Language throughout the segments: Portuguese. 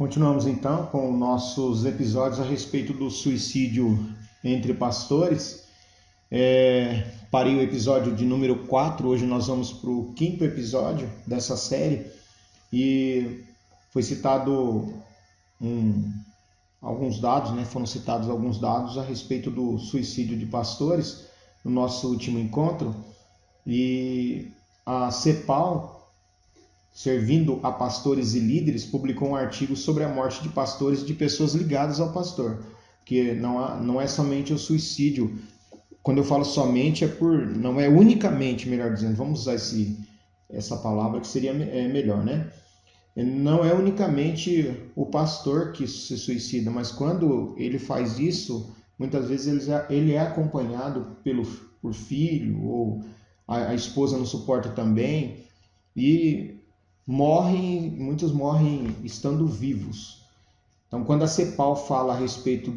Continuamos então com nossos episódios a respeito do suicídio entre pastores. Parei o episódio de número 4, hoje nós vamos para o 5º episódio dessa série e foi citado alguns dados, foram citados alguns dados a respeito do suicídio de pastores no nosso último encontro, e a CEPAL, servindo a pastores e líderes, publicou um artigo sobre a morte de pastores e de pessoas ligadas ao pastor, que não é somente o suicídio. Quando eu falo somente, não é unicamente, melhor dizendo, vamos usar essa palavra que seria melhor, né? Não é unicamente o pastor que se suicida, mas quando ele faz isso, muitas vezes ele é acompanhado por filho, ou a esposa não suporta também, e muitos morrem estando vivos. Então, quando a CEPAL fala a respeito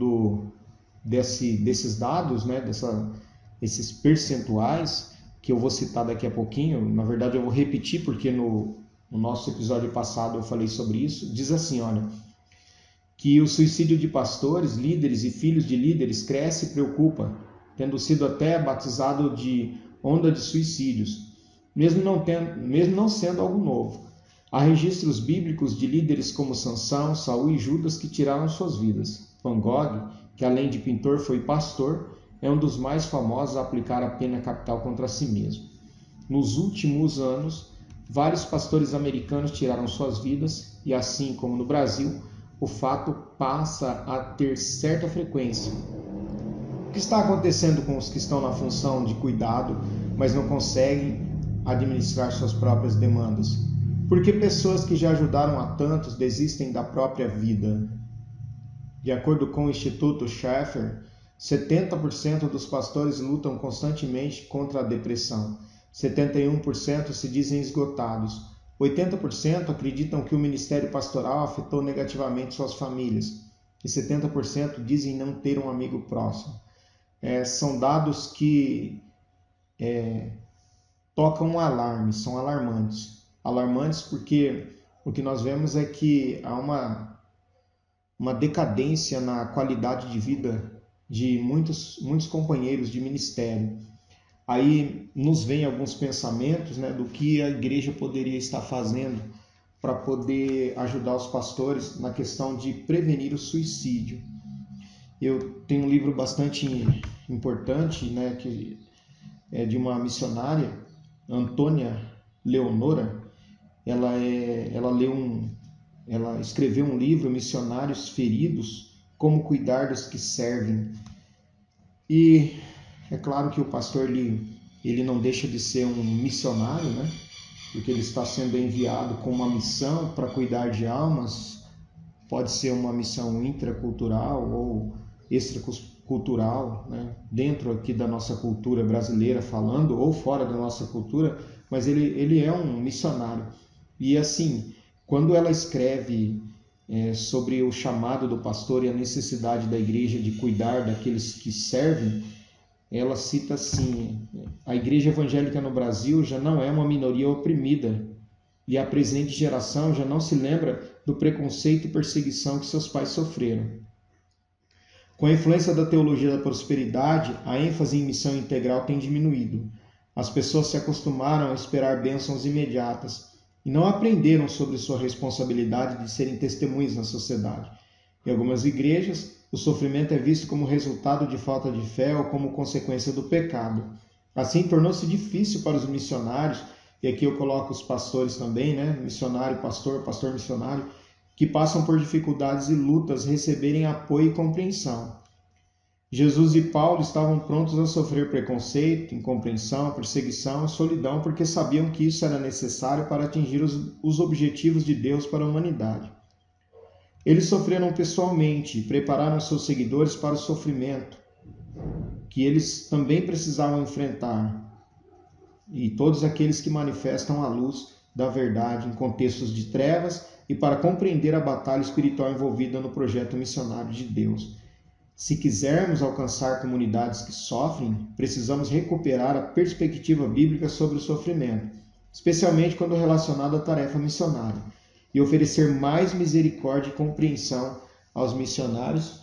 desses dados, esses percentuais, que eu vou citar daqui a pouquinho, na verdade eu vou repetir porque no nosso episódio passado eu falei sobre isso, diz assim, olha, que o suicídio de pastores, líderes e filhos de líderes cresce e preocupa, tendo sido até batizado de onda de suicídios, mesmo não sendo algo novo. Há registros bíblicos de líderes como Sansão, Saul e Judas que tiraram suas vidas. Van Gogh, que além de pintor foi pastor, é um dos mais famosos a aplicar a pena capital contra si mesmo. Nos últimos anos, vários pastores americanos tiraram suas vidas e, assim como no Brasil, o fato passa a ter certa frequência. O que está acontecendo com os que estão na função de cuidado, mas não conseguem administrar suas próprias demandas? Por que pessoas que já ajudaram a tantos desistem da própria vida? De acordo com o Instituto Schaeffer, 70% dos pastores lutam constantemente contra a depressão, 71% se dizem esgotados, 80% acreditam que o ministério pastoral afetou negativamente suas famílias e 70% dizem não ter um amigo próximo. São dados que tocam um alarme, são alarmantes. Alarmantes porque o que nós vemos é que há uma decadência na qualidade de vida de muitos companheiros de ministério. Aí nos vem alguns pensamentos do que a igreja poderia estar fazendo para poder ajudar os pastores na questão de prevenir o suicídio. Eu tenho um livro bastante importante, que é de uma missionária, Antônia Leonora. Ela escreveu um livro, Missionários Feridos, Como Cuidar dos que Servem. E é claro que o pastor ele não deixa de ser um missionário, porque ele está sendo enviado com uma missão para cuidar de almas. Pode ser uma missão intracultural ou extracultural, dentro aqui da nossa cultura brasileira falando, ou fora da nossa cultura, mas ele é um missionário. E assim, quando ela escreve sobre o chamado do pastor e a necessidade da igreja de cuidar daqueles que servem, ela cita assim: a igreja evangélica no Brasil já não é uma minoria oprimida, e a presente geração já não se lembra do preconceito e perseguição que seus pais sofreram. Com a influência da teologia da prosperidade, a ênfase em missão integral tem diminuído. As pessoas se acostumaram a esperar bênçãos imediatas e não aprenderam sobre sua responsabilidade de serem testemunhas na sociedade. Em algumas igrejas, o sofrimento é visto como resultado de falta de fé ou como consequência do pecado. Assim, tornou-se difícil para os missionários, e aqui eu coloco os pastores também, missionário, pastor missionário, que passam por dificuldades e lutas, receberem apoio e compreensão. Jesus e Paulo estavam prontos a sofrer preconceito, incompreensão, perseguição e solidão, porque sabiam que isso era necessário para atingir os objetivos de Deus para a humanidade. Eles sofreram pessoalmente e prepararam seus seguidores para o sofrimento que eles também precisavam enfrentar, e todos aqueles que manifestam a luz da verdade em contextos de trevas e para compreender a batalha espiritual envolvida no projeto missionário de Deus. Se quisermos alcançar comunidades que sofrem, precisamos recuperar a perspectiva bíblica sobre o sofrimento, especialmente quando relacionado à tarefa missionária. e oferecer mais misericórdia e compreensão aos missionários,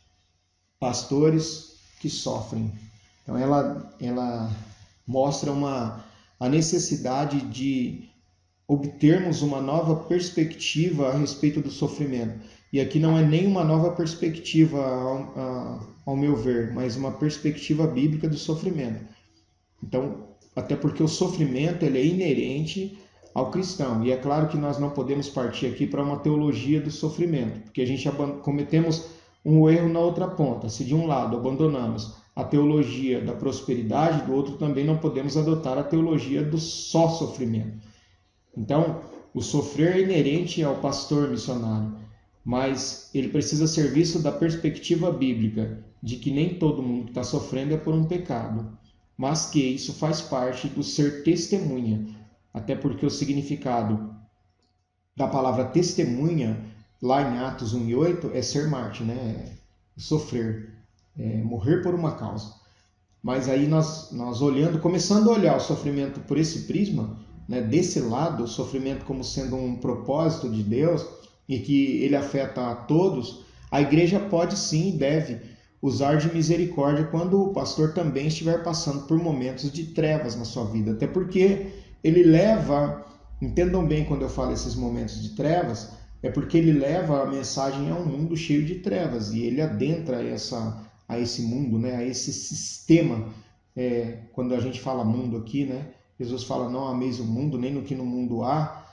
pastores que sofrem. Então ela mostra a necessidade de obtermos uma nova perspectiva a respeito do sofrimento. E aqui não é nem uma nova perspectiva, ao meu ver, mas uma perspectiva bíblica do sofrimento. Então, até porque o sofrimento ele é inerente ao cristão. E é claro que nós não podemos partir aqui para uma teologia do sofrimento, porque a gente cometemos um erro na outra ponta. Se de um lado abandonamos a teologia da prosperidade, do outro também não podemos adotar a teologia do só sofrimento. Então, o sofrer é inerente ao pastor missionário, mas ele precisa ser visto da perspectiva bíblica, de que nem todo mundo que está sofrendo é por um pecado, mas que isso faz parte do ser testemunha, até porque o significado da palavra testemunha, lá em Atos 1:8, é ser mártir, né? É sofrer, é morrer por uma causa. Mas aí nós olhando, começando a olhar o sofrimento por esse prisma, né, desse lado, o sofrimento como sendo um propósito de Deus e que ele afeta a todos, a igreja pode sim e deve usar de misericórdia quando o pastor também estiver passando por momentos de trevas na sua vida. Até porque ele leva, entendam bem quando eu falo esses momentos de trevas, é porque ele leva a mensagem a um mundo cheio de trevas e ele adentra a esse mundo, né, a esse sistema. Quando a gente fala mundo aqui, né, Jesus fala, não ameis o mundo, nem no que no mundo há.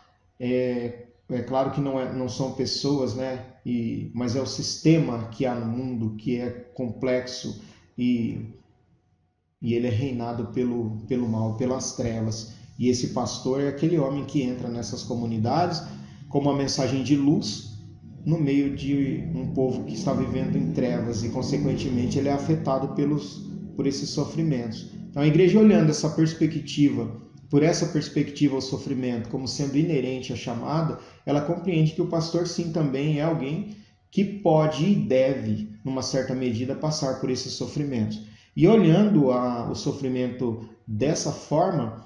É claro que não são pessoas, né? Mas é o sistema que há no mundo, que é complexo e ele é reinado pelo mal, pelas trevas. E esse pastor é aquele homem que entra nessas comunidades como uma mensagem de luz no meio de um povo que está vivendo em trevas e, consequentemente, ele é afetado por esses sofrimentos. Então, a igreja, olhando essa perspectiva, por essa perspectiva ao sofrimento como sendo inerente à chamada, ela compreende que o pastor, sim, também é alguém que pode e deve, numa certa medida, passar por esses sofrimentos. E olhando o sofrimento dessa forma,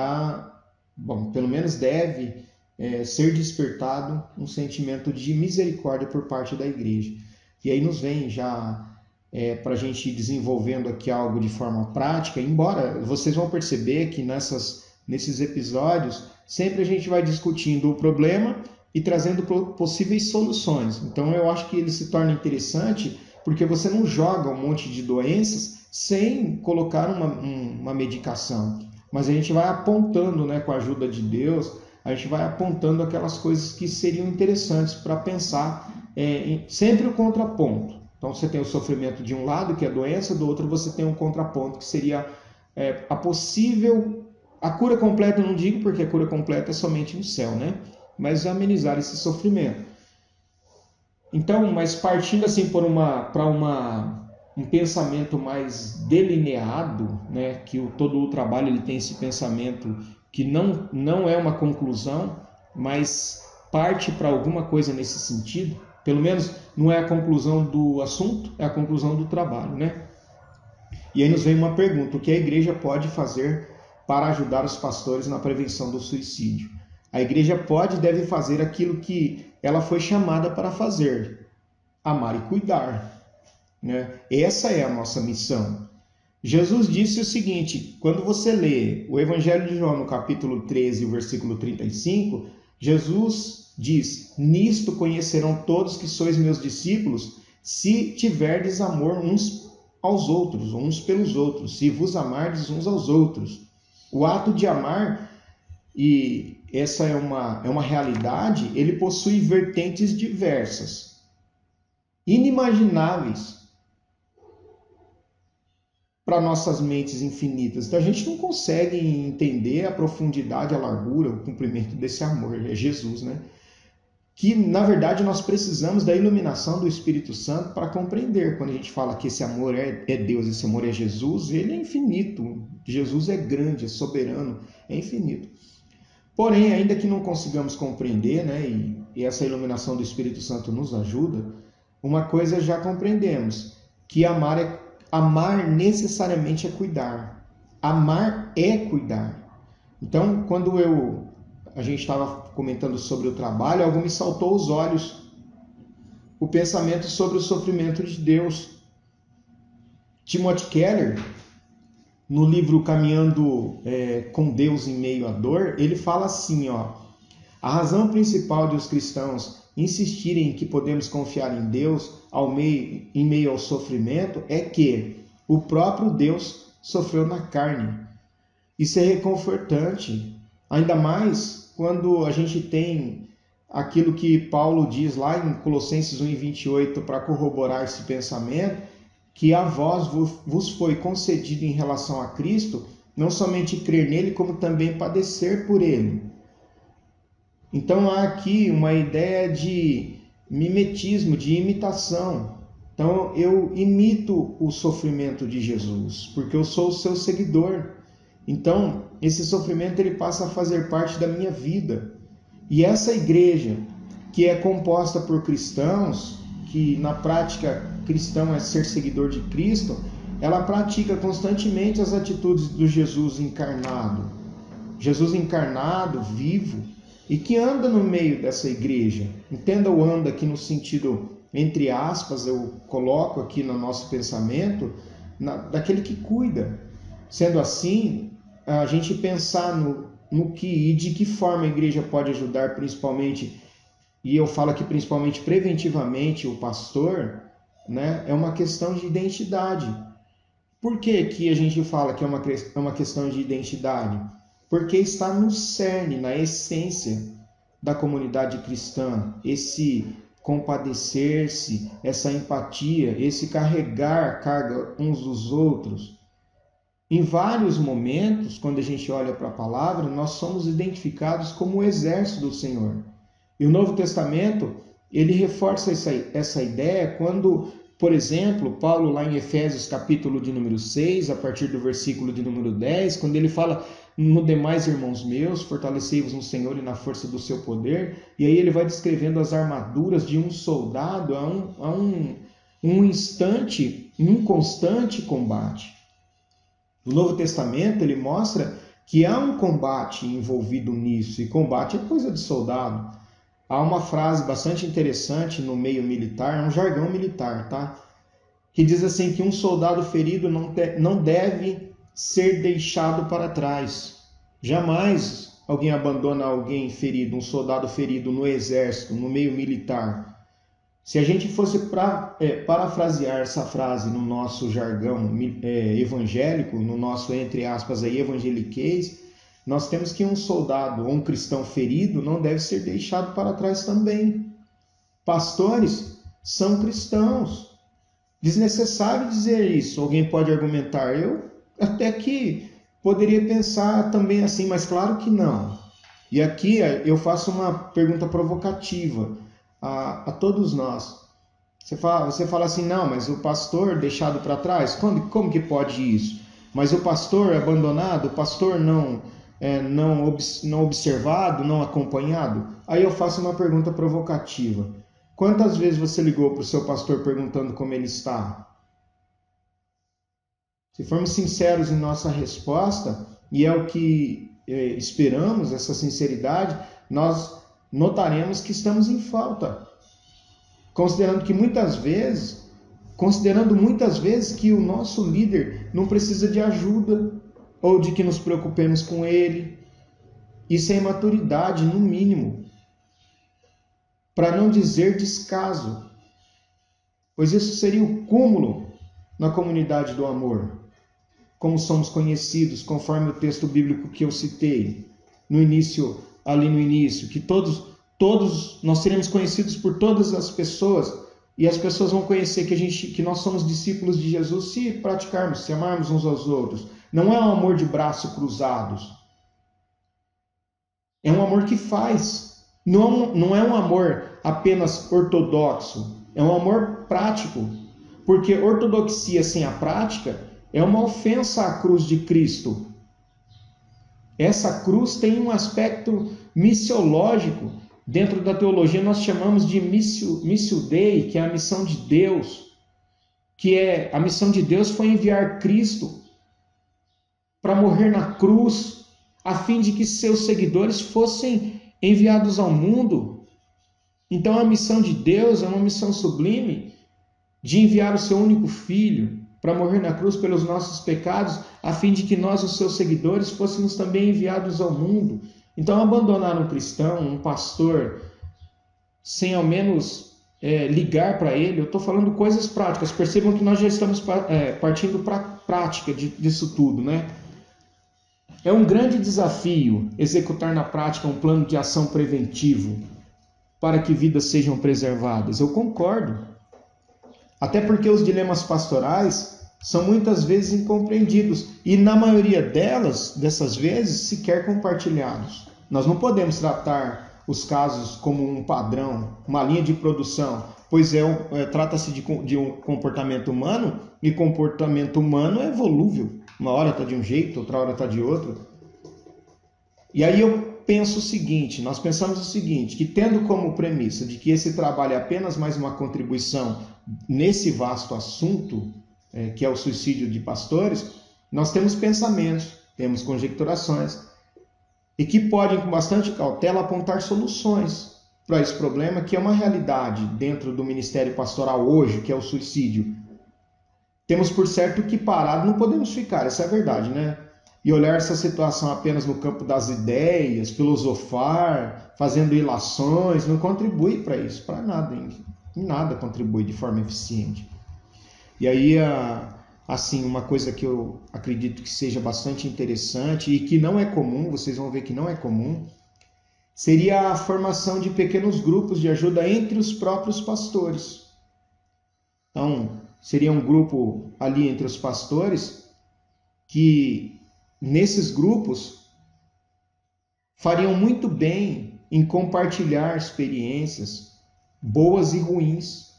pelo menos deve ser despertado um sentimento de misericórdia por parte da igreja. E aí nos vem já para a gente ir desenvolvendo aqui algo de forma prática, embora vocês vão perceber que nesses episódios sempre a gente vai discutindo o problema e trazendo possíveis soluções. Então eu acho que ele se torna interessante porque você não joga um monte de doenças sem colocar uma medicação, mas a gente vai apontando, né, com a ajuda de Deus, a gente vai apontando aquelas coisas que seriam interessantes para pensar sempre o contraponto. Então você tem o sofrimento de um lado, que é a doença, do outro você tem um contraponto, que seria a cura completa, eu não digo porque a cura completa é somente no céu, né? Mas amenizar esse sofrimento. Então, mas partindo assim para um pensamento mais delineado, né? Que todo o trabalho ele tem esse pensamento que não é uma conclusão, mas parte para alguma coisa nesse sentido. Pelo menos não é a conclusão do assunto, é a conclusão do trabalho, né? E aí nos vem uma pergunta: o que a igreja pode fazer para ajudar os pastores na prevenção do suicídio? A igreja pode e deve fazer aquilo que ela foi chamada para fazer: amar e cuidar, né? Essa é a nossa missão. Jesus disse o seguinte, quando você lê o Evangelho de João no capítulo 13, o versículo 35, Jesus diz: nisto conhecerão todos que sois meus discípulos, se tiverdes amor uns aos outros, uns pelos outros, se vos amardes uns aos outros. O ato de amar, e essa é uma realidade, ele possui vertentes diversas, inimagináveis para nossas mentes infinitas. Então a gente não consegue entender a profundidade, a largura, o comprimento desse amor. É Jesus, né? Que na verdade nós precisamos da iluminação do Espírito Santo para compreender. Quando a gente fala que esse amor é Deus, esse amor é Jesus, ele é infinito. Jesus é grande, é soberano, é infinito. Porém, ainda que não consigamos compreender, né, e essa iluminação do Espírito Santo nos ajuda, uma coisa já compreendemos, que amar necessariamente é cuidar. Amar é cuidar. Então, quando eu a gente estava comentando sobre o trabalho, algo me saltou aos olhos. O pensamento sobre o sofrimento de Deus. Timothy Keller, no livro Caminhando com Deus em Meio à Dor, ele fala assim, a razão principal de os cristãos insistirem em que podemos confiar em Deus em meio ao sofrimento é que o próprio Deus sofreu na carne. Isso é reconfortante, ainda mais quando a gente tem aquilo que Paulo diz lá em Colossenses 1:28 para corroborar esse pensamento, que a vós vos foi concedido em relação a Cristo, não somente crer nele, como também padecer por ele. Então há aqui uma ideia de mimetismo, de imitação. Então eu imito o sofrimento de Jesus, porque eu sou o seu seguidor. Então esse sofrimento ele passa a fazer parte da minha vida. E essa igreja, que é composta por cristãos, que na prática cristão é ser seguidor de Cristo, ela pratica constantemente as atitudes do Jesus encarnado. Jesus encarnado, vivo, e que anda no meio dessa igreja. Entenda o anda aqui no sentido, entre aspas, eu coloco aqui no nosso pensamento, daquele que cuida. Sendo assim, a gente pensar no que e de que forma a igreja pode ajudar, principalmente, e eu falo aqui principalmente preventivamente, o pastor, né, é uma questão de identidade. Por que a gente fala que é uma questão de identidade? Porque está no cerne, na essência da comunidade cristã, esse compadecer-se, essa empatia, esse carregar a carga uns dos outros. Em vários momentos, quando a gente olha para a palavra, nós somos identificados como o exército do Senhor. E o Novo Testamento, ele reforça essa ideia quando, por exemplo, Paulo lá em Efésios capítulo de número 6, a partir do versículo de número 10, quando ele fala: no demais, irmãos meus, fortalecei-vos no Senhor e na força do seu poder. E aí ele vai descrevendo as armaduras de um soldado a um instante, em um constante combate. O Novo Testamento ele mostra que há um combate envolvido nisso, e combate é coisa de soldado. Há uma frase bastante interessante no meio militar, é um jargão militar, tá? Que diz assim que um soldado ferido não deve ser deixado para trás. Jamais alguém abandona alguém ferido, um soldado ferido no exército, no meio militar. Se a gente fosse parafrasear essa frase no nosso jargão evangélico, no nosso, entre aspas, aí, evangeliquez, nós temos que um soldado ou um cristão ferido não deve ser deixado para trás também. Pastores são cristãos. Desnecessário dizer isso. Alguém pode argumentar. Eu até que poderia pensar também assim, mas claro que não. E aqui eu faço uma pergunta provocativa a todos nós. Você fala assim, não, mas o pastor deixado para trás, como que pode isso? Mas o pastor abandonado, o pastor não observado, não acompanhado? Aí eu faço uma pergunta provocativa. Quantas vezes você ligou para o seu pastor perguntando como ele está? Se formos sinceros em nossa resposta, e é o que esperamos, essa sinceridade, nós notaremos que estamos em falta. Considerando muitas vezes que o nosso líder não precisa de ajuda, ou de que nos preocupemos com ele. Isso é imaturidade, no mínimo. Para não dizer descaso. Pois isso seria o cúmulo na comunidade do amor. Como somos conhecidos, conforme o texto bíblico que eu citei ali no início, que todos nós seremos conhecidos por todas as pessoas, e as pessoas vão conhecer que nós somos discípulos de Jesus se praticarmos, se amarmos uns aos outros. Não é um amor de braços cruzados. É um amor que faz. Não é um amor apenas ortodoxo. É um amor prático. Porque ortodoxia sem a prática é uma ofensa à cruz de Cristo. Essa cruz tem um aspecto missiológico. Dentro da teologia nós chamamos de missio Dei, que é a missão de Deus. A missão de Deus foi enviar Cristo para morrer na cruz a fim de que seus seguidores fossem enviados ao mundo. Então a missão de Deus é uma missão sublime de enviar o seu único filho para morrer na cruz pelos nossos pecados, a fim de que nós, os seus seguidores, fôssemos também enviados ao mundo. Então abandonar um cristão, um pastor, sem ao menos ligar para ele, eu estou falando coisas práticas. Percebam que nós já estamos partindo para a prática disso tudo, né? É um grande desafio executar na prática um plano de ação preventivo para que vidas sejam preservadas. Eu concordo. Até porque os dilemas pastorais são muitas vezes incompreendidos e na maioria dessas vezes, sequer compartilhados. Nós não podemos tratar os casos como um padrão, uma linha de produção, pois trata-se de um comportamento humano e comportamento humano é volúvel. Uma hora está de um jeito, outra hora está de outro. E aí nós pensamos o seguinte, que tendo como premissa de que esse trabalho é apenas mais uma contribuição nesse vasto assunto, que é o suicídio de pastores, nós temos pensamentos, temos conjecturações, e que podem, com bastante cautela, apontar soluções para esse problema, que é uma realidade dentro do ministério pastoral hoje, que é o suicídio. Temos por certo que parado não podemos ficar, essa é a verdade, né? E olhar essa situação apenas no campo das ideias, filosofar, fazendo ilações, não contribui para isso, para nada, em nada contribui de forma eficiente. E aí, assim, uma coisa que eu acredito que seja bastante interessante e que não é comum, vocês vão ver que não é comum, seria a formação de pequenos grupos de ajuda entre os próprios pastores. Então, seria um grupo ali entre os pastores que, nesses grupos, fariam muito bem em compartilhar experiências boas e ruins,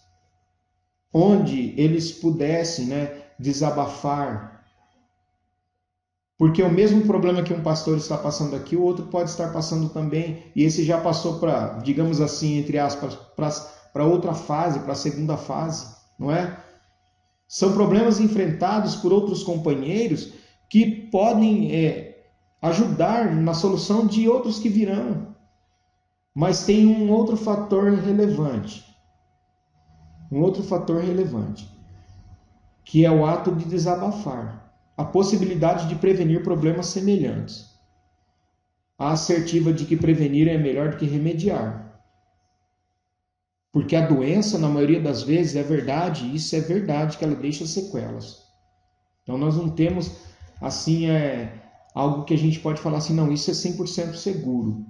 onde eles pudessem, desabafar. Porque o mesmo problema que um pastor está passando aqui, o outro pode estar passando também, e esse já passou para, digamos assim, entre aspas, para outra fase, para a segunda fase, não é? São problemas enfrentados por outros companheiros que podem ajudar na solução de outros que virão. Mas tem um outro fator relevante. Que é o ato de desabafar. A possibilidade de prevenir problemas semelhantes. A assertiva de que prevenir é melhor do que remediar. Porque a doença, na maioria das vezes, é verdade, isso é verdade, que ela deixa sequelas. Então nós não temos, assim, algo que a gente pode falar assim, não, isso é 100% seguro.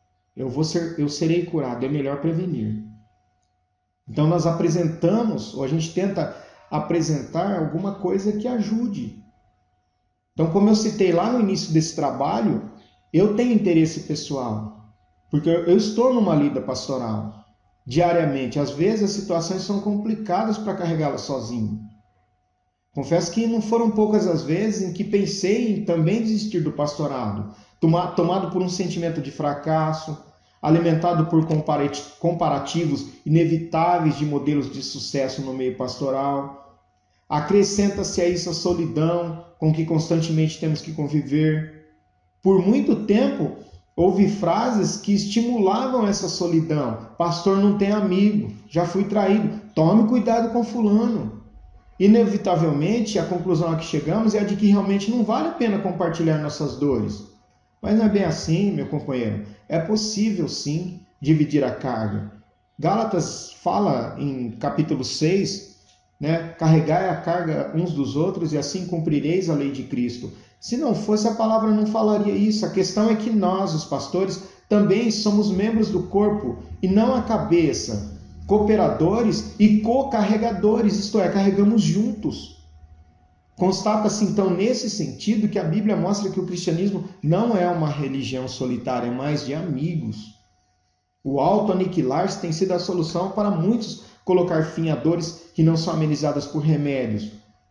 Eu serei curado, é melhor prevenir. Então nós apresentamos, ou a gente tenta apresentar alguma coisa que ajude. Então, como eu citei lá no início desse trabalho, eu tenho interesse pessoal, porque eu estou numa lida pastoral diariamente. Às vezes as situações são complicadas para carregá-las sozinho. Confesso que não foram poucas as vezes em que pensei em também desistir do pastorado, tomado por um sentimento de fracasso, alimentado por comparativos inevitáveis de modelos de sucesso no meio pastoral. Acrescenta-se a isso a solidão com que constantemente temos que conviver. Por muito tempo, ouvi frases que estimulavam essa solidão. Pastor não tem amigo, já fui traído, tome cuidado com fulano. Inevitavelmente, a conclusão a que chegamos é a de que realmente não vale a pena compartilhar nossas dores. Mas não é bem assim, meu companheiro. É possível, sim, dividir a carga. Gálatas fala em capítulo 6, carregai a carga uns dos outros e assim cumprireis a lei de Cristo. Se não fosse, a palavra não falaria isso. A questão é que nós, os pastores, também somos membros do corpo e não a cabeça. Cooperadores e co-carregadores, isto é, carregamos juntos. Constata-se então nesse sentido que a Bíblia mostra que o cristianismo não é uma religião solitária, é mais de amigos. O auto-aniquilar-se tem sido a solução para muitos colocar fim a dores que não são amenizadas por remédios.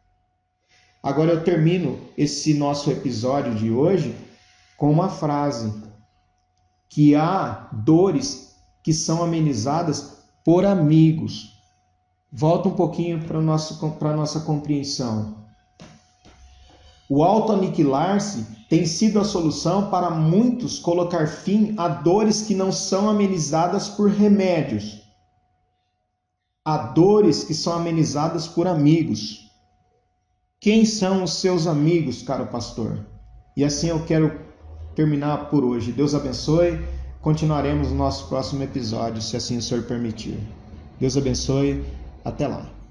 Agora eu termino esse nosso episódio de hoje com uma frase, que há dores que são amenizadas por amigos. Volta um pouquinho para a nossa compreensão. O auto-aniquilar-se tem sido a solução para muitos colocar fim a dores que não são amenizadas por remédios, a dores que são amenizadas por amigos. Quem são os seus amigos, caro pastor? E assim eu quero terminar por hoje. Deus abençoe. Continuaremos no nosso próximo episódio, se assim o Senhor permitir. Deus abençoe. Até lá.